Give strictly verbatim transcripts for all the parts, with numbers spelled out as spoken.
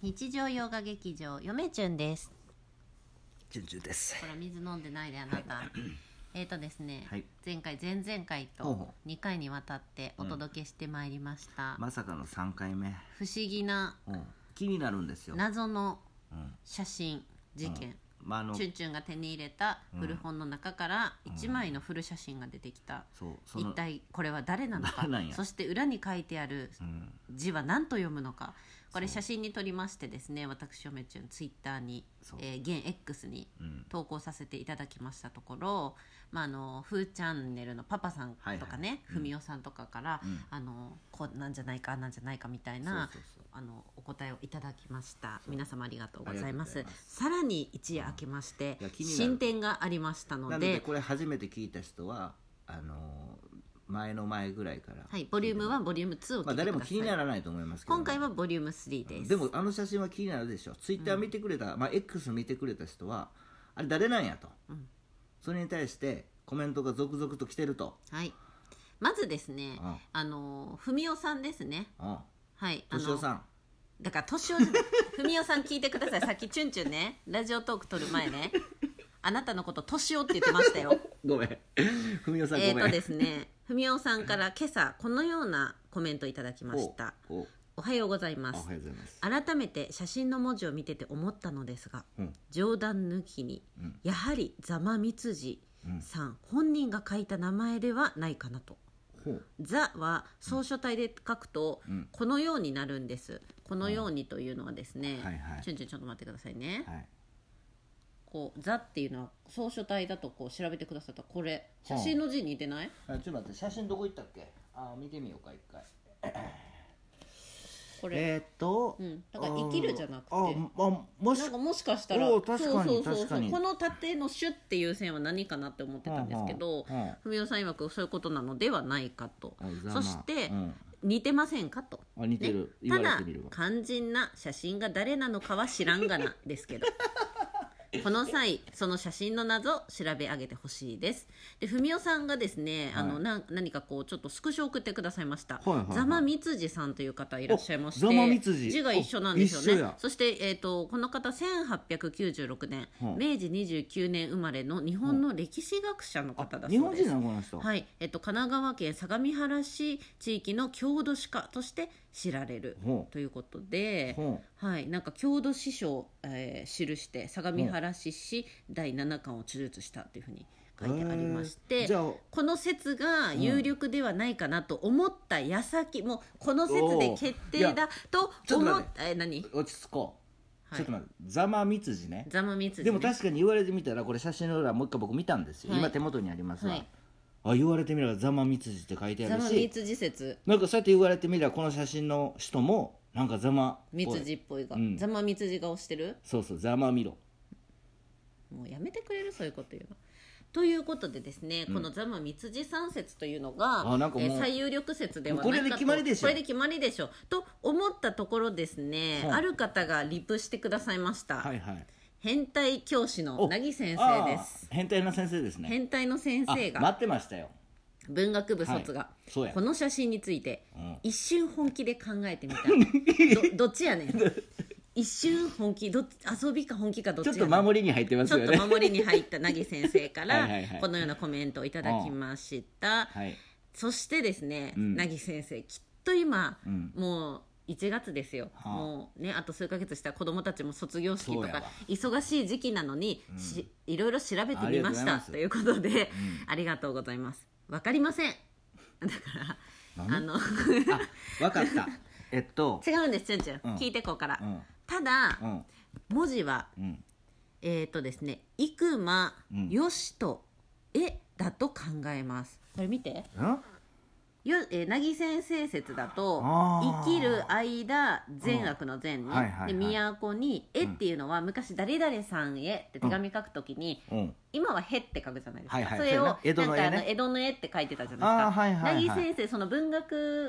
日常洋画劇場よめちゅんです。 ちゅんちゅんです。 ほら水飲んでないであなた、はい、えーとですね、はい、前回前々回とにかいにわたってお届けしてまいりました、 うん、まさかのさんかいめ、 不思議な気になるんですよ、 謎の写真事件、うんまあ、あのチュンチュンが手に入れた古本の中からいちまいの古写真が出てきた、うん、一体これは誰なのか、そして裏に書いてある字は何と読むのか、これ写真に撮りましてですね、私よめちゅんツイッターに、えー、現 X に投稿させていただきましたところ、うん、まあ、あのフーチャンネルのパパさんとかね、ふみおさんとかから、うん、あのこうなんじゃないかなんじゃないかみたいなそうそうそうあのお答えをいただきました。皆様ありがとうございます。さらに一夜明けまして、うん、進展がありましたの で, なのでこれ初めて聞いた人はあの前の前ぐらいから、 はい、ボリュームワンボリュームツーを聞いてください。 まあ、誰も気にならないと思いますけど、 今回はボリュームスリーです。 でもあの写真は気になるでしょ。ツイッター見てくれた、うんまあ、X 見てくれた人はあれ誰なんやと、うん、それに対してコメントが続々と来てると。 はい、まずですね、ああのふみおさんですね。 あはい、 としおさんだからとしおじゃないふみおさん聞いてください。さっきチュンチュンねラジオトーク撮る前ねあなたのこととしおって言ってましたよごめんふみおさんごめん。 えーとですねふみおさんから今朝このようなコメントいただきました。お, おはようございます。 おはようございます。 改めて写真の文字を見てて思ったのですが、うん、冗談抜きに、うん、やはりざまみつじさん、うん、本人が書いた名前ではないかなと。ザは草書体で書くと、うん、このようになるんです。このようにというのはですね、うんはいはい、ちょんちょんちょっと待ってくださいね、はい、こうザっていうのは草書体だとこう調べてくださったこれ写真の字に似てない？ あちょっと待って、写真どこ行ったっけ？あ見てみようか一回これえー、っと、 うん、だから生きるじゃなくて、ああもしなんかもしかしたら確かにそうそうそう確かにこの縦のシュっていう線は何かなって思ってたんですけど、ふみおさん曰くそういうことなのではないかと。そして、うん、似てませんかと。 あ似てる、 ね、ただ肝心な写真が誰なのかは知らんがなですけどこの際その写真の謎を調べ上げてほしいです。でふみおさんがですね、はい、あのな何かこうちょっとスクショ送ってくださいました、はいはいはい、ざまみつじさんという方いらっしゃいまして、ざまみつじ字が一緒なんですよね。そして、えー、とこの方せんはっぴゃくきゅうじゅうろくねん、うん、めいじにじゅうきゅうねん生まれの日本の歴史学者の方だそうです。日本人なのこの人、 はいえー、と神奈川県相模原市地域の郷土史家として知られるということで、はい、なんか郷土史書を、えー、記して相模原市市だいななかんを著述したというふうに書いてありまして、この説が有力ではないかなと思った矢先、うん、もうこの説で決定だと思った。え何落ち着こう、はい、ちょっと待ってざまみつじね。 ざまみつじ、ね、 でも確かに言われてみたらこれ写真の裏もう一回僕見たんですよ、はい、今手元にありますわ、はい、あ言われてみればざまみつじって書いてあるし、 ざまみつじ説なんかそうやって言われてみればこの写真の人もなんかざまみつじっぽいが、うん、ざまみつじ顔してる。 そうそうざまみろ、 もうやめてくれるそういうこと言うの。ということでですね、うん、このざまみつじさん説というのが、えー、最有力説ではないかと。 これで決まりでしょ、 これで決まりでしょと思ったところですね、ある方がリプしてくださいました、はいはい、変態教師のなぎ先生です。 変態の先生ですね。 変態の先生が待ってましたよ。 文学部卒が、はい、この写真について、うん、一瞬本気で考えてみたど, どっちやねん一瞬本気ど遊びか本気かどっちやねん。 ちょっと守りに入ってますよね。 ちょっと守りに入ったなぎ先生からはいはい、はい、このようなコメントをいただきました、はい、そしてですね、なぎ、うん、先生きっと今、うん、もういちがつですよ、はあ、もうねあと数ヶ月したら子どもたちも卒業式とか忙しい時期なのに、うん、しいろいろ調べてみましたということで、うん、ありがとうございます。わかりませんだからあのあわかったえっと違うんですちゅんちゅん、うん、聞いてこうから、うん、ただ、うん、文字は、うん、えっ、ー、とですね生間よしとえだと考えます。これ見て、うんよえー、なぎ先生説だと生きる間善悪の善ね、はいはいはい、で都に絵っていうのは、うん、昔誰々さんへって手紙書くときに、うん、今はへって書くじゃないですか、はいはい、それを江戸の絵、ね、なんかあの江戸の絵って書いてたじゃないですか、はいはいはい、なぎ先生その文学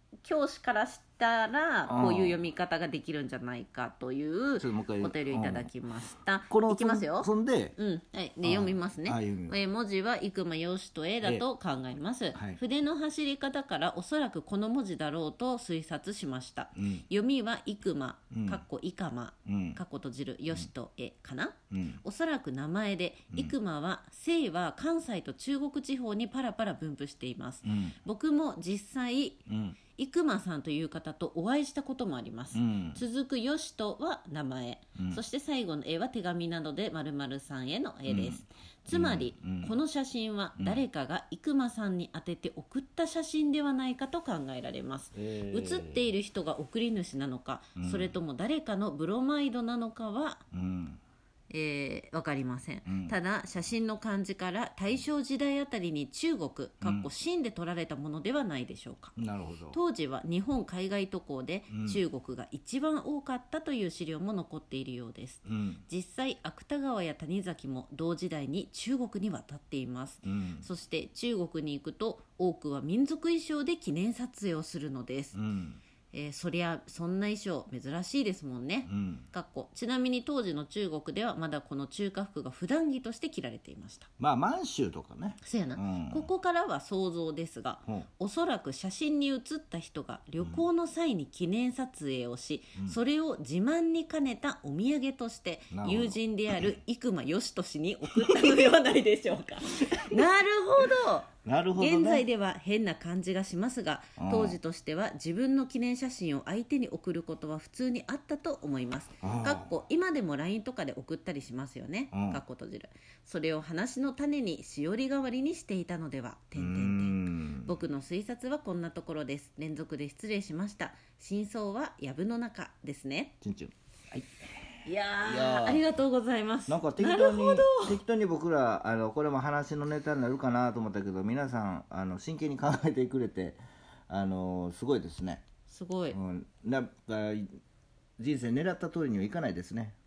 教師からしたらこういう読み方ができるんじゃないかというお便りをいただきました。いきますよ。 そんで、 うんはいで読みますね。え文字は生間義と絵だと考えます、はい、筆の走り方からおそらくこの文字だろうと推察しました、うん、読みは生間かっこいかまかっこ閉じる義と絵かな、うん、おそらく名前で生間は姓は関西と中国地方にパラパラ分布しています、うん、僕も実際、うん生間さんという方とお会いしたこともあります、うん、続くよしとは名前、うん、そして最後の絵は手紙などで〇〇さんへの絵です、うん、つまり、うん、この写真は誰かが生間さんに当てて送った写真ではないかと考えられます、えー、写っている人が送り主なのか、うん、それとも誰かのブロマイドなのかは、うんえー、分かりません、うん、ただ写真の感じから大正時代あたりに中国かっこ清で撮られたものではないでしょうか、 うん、なるほど。 当時は日本海外渡航で中国が一番多かったという資料も残っているようです、うん、実際芥川や谷崎も同時代に中国に渡っています、うん、そして中国に行くと多くは民族衣装で記念撮影をするのです、うんえー、そりゃそんな衣装珍しいですもんね、うん、かっこちなみに当時の中国ではまだこの中華服が普段着として着られていました。 まあ満州とかねそうやな、うん、ここからは想像ですが、うん、おそらく写真に写った人が旅行の際に記念撮影をし、うん、それを自慢に兼ねたお土産として友人である生間義俊氏に送ったのではないでしょうかなるほどなるほどね、 現在では変な感じがしますが、当時としては自分の記念写真を相手に送ることは普通にあったと思います。かっこ今でも ライン とかで送ったりしますよね。かっこ閉じる。それを話の種にしおり代わりにしていたのでは。てんてんてん。僕の推察はこんなところです。連続で失礼しました。真相は藪の中ですね。 チュンチュン。はい。 いやー、いやーありがとうございます。 なんか適当に適当に僕らあのこれも話のネタになるかなと思ったけど、皆さんあの真剣に考えてくれてあのすごいですね。 すごい、うん、 なんか人生狙った通りにはいかないですね。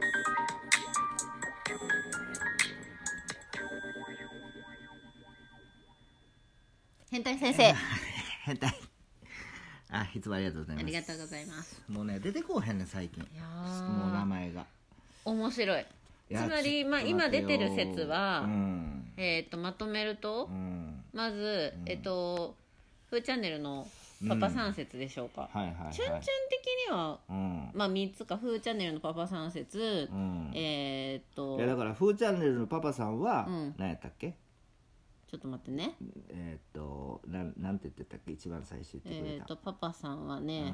変態先生変態あ、いつもありがとうございます。 ありがとうございます。 もうね出てこうへんね最近。 いやもう名前が面白い。つまり、まあ、今出てる説は、うん、えー、とまとめると、うん、まず、うん、えっ、ー、とフーチャンネルのパパさん説でしょうか、うんはいはいはい、チュンチュン的には、うんまあ、みっつかフーチャンネルのパパさん説、うん、えっ、ー、といやだからフーチャンネルのパパさんは、うん、何やったっけ。 ちょっと待ってね。 えっ、ー、とななんて言ってたっけ一番最初言ってくれた。 えっ、ー、とパパさんはね、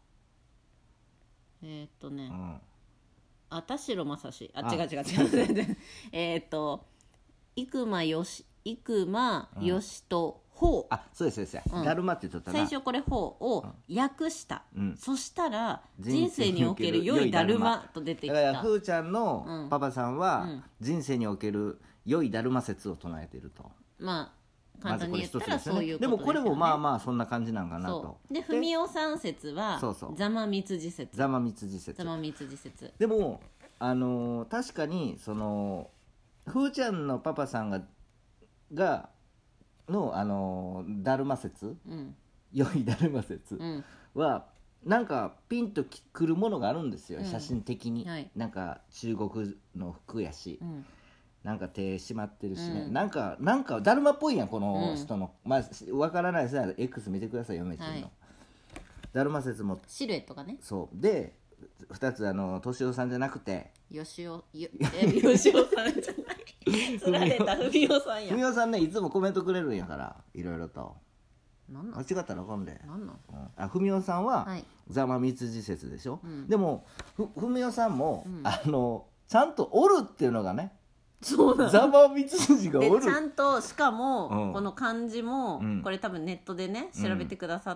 うん、えっ、ー、とね、うん、あ田代正史あ違う違う違うえっと生間よし生間よしとほう、 あそうですそうです、うん、だるまって言っとったな。 最初これほうを訳した、うん、そしたら人生における良いだるまと出てきた。 だからふーちゃんのパパさんは、うん、人生における良いだるま説を唱えていると。 まあ簡単に言ったらそういうことですよね。 でもこれもまあまあそんな感じなんかなと。 で文雄さん説はざまみつじ説。 ざまみつじ説。 ざまみつじ説。 でもあのー、確かにそのふーちゃんのパパさんががのあのー、だるま説、うん、良いだるま説は、うん、なんかピンとくるものがあるんですよ、うん、写真的に、はい、なんか中国の服やし。うんなんか手締まってるしね、うん、なんかなんかだるまっぽいやんこの人の、うん、まあ分からないですね X 見てください読めてるの、はい、だるま説もシルエットがね。 そうでふたつあの敏夫さんじゃなくて吉尾よえ吉尾さんじゃないつられた文雄さんや。 文雄さんねいつもコメントくれるんやからいろいろと。 なんなん間違ったらあかんで。 なんなん、 うん、あ文雄さんは、はい、ざまみつじ説でしょ、うん、でも文雄さんも、うん、あのちゃんとおるっていうのがね。 そうなの。 ざまみつじがおる。 でちゃんとしかも、うん、この漢字も、うん、これ多分ネットでね調べてくださって、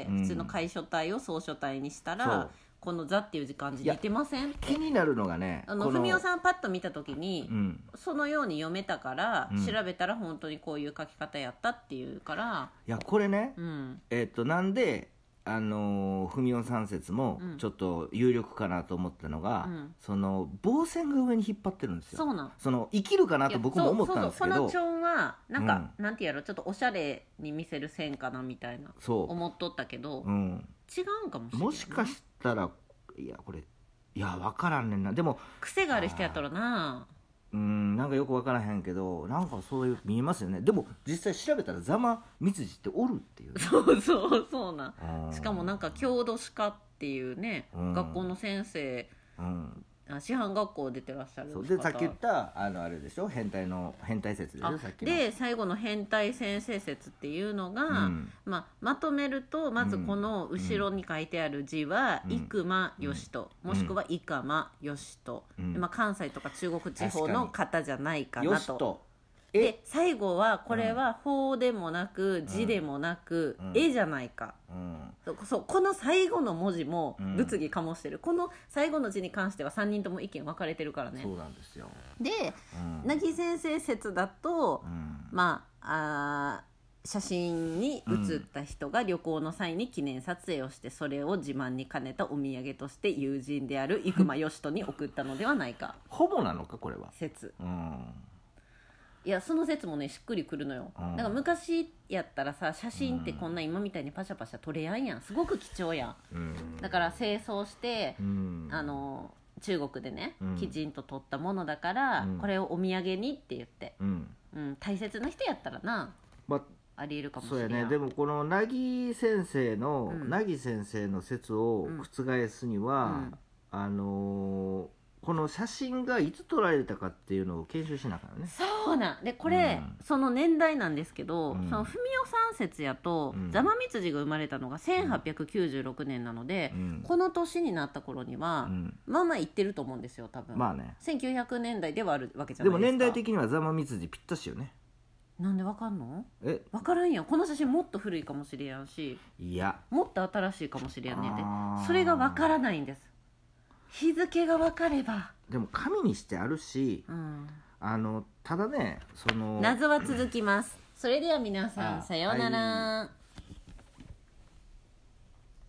うん、普通の楷書体を総書体にしたら、うん、この「ざ」っていう字漢字似てません？ 気になるのがねあの文雄さんパッと見た時に、うん、そのように読めたから、うん、調べたら本当にこういう書き方やったっていうから。 いやこれね、うん、えー、っとなんであのー、文雄三節もちょっと有力かなと思ったのが、うん、その棒線が上に引っ張ってるんですよ。 そうなん。 その生きるかなと僕も思ったんですけど、 そうそうそう、このチョンはなんか、うん、なんてやろ、ちょっとおしゃれに見せる線かなみたいな思っとったけど、うん、違うんかもしれない。 もしかしたらいやこれいや分からんねんな。でも癖がある人やったらな、 うん、なんかよく分からへんけど、なんかそういう見えますよね。でも実際調べたらザマミツジっておるっていう、ね、 そうそうそうな。しかもなんか郷土史家っていうね、うん、学校の先生、うん、師範学校出てらっしゃる方で、さっき言ったあのあれでしょ、変態の変態説でしょ、さっきので最後の変態先生説っていうのが、うんまあ、まとめると、まずこの後ろに書いてある字は、うん、生間義人、うん、もしくは生間義人、うんまあ、関西とか中国地方の方じゃないかなと。で最後はこれは法でもなく字でもなく、うん、絵じゃないか、うん、そうこの最後の文字も物議醸してる、うん、この最後の字に関してはさんにんとも意見分かれてるからね。 そうなんですよ。 で、うん、なぎ先生説だと、うん、まあ、あ写真に写った人が旅行の際に記念撮影をして、それを自慢に兼ねたお土産として友人である生間義人に送ったのではないかほぼなのかこれは説、 うんいやその説もねしっくりくるのよ、うん、だから昔やったらさ写真ってこんな今みたいにパシャパシャ撮れやんやん、すごく貴重やん、うん、だから清掃して、うん、あの中国でね、うん、きちんと撮ったものだから、うん、これをお土産にって言って、うんうん、大切な人やったらな、まありえるかもしれない。 そうやね。でもこのなぎ先生の、うん、なぎ先生の説を覆すには、うん、あのーこの写真がいつ撮られたかっていうのを検証しながらね。 そうなんでこれ、うん、その年代なんですけど、うん、その文雄三節やと、うん、座間蜜寺が生まれたのがせんはっぴゃくきゅうじゅうろくねんなので、うん、この年になった頃には、うん、まあまあいってると思うんですよ多分。まあね、せんきゅうひゃくねんだいではあるわけじゃないですか。 でも年代的には座間蜜寺ぴったしよね。 なんでわかんの？え分からんやん。この写真もっと古いかもしれやんし、 いやもっと新しいかもしれやんねんで、それがわからないんです。日付が分かれば。 でも紙にしてあるし、うん、あのただねその謎は続きます。それでは皆さんさようなら。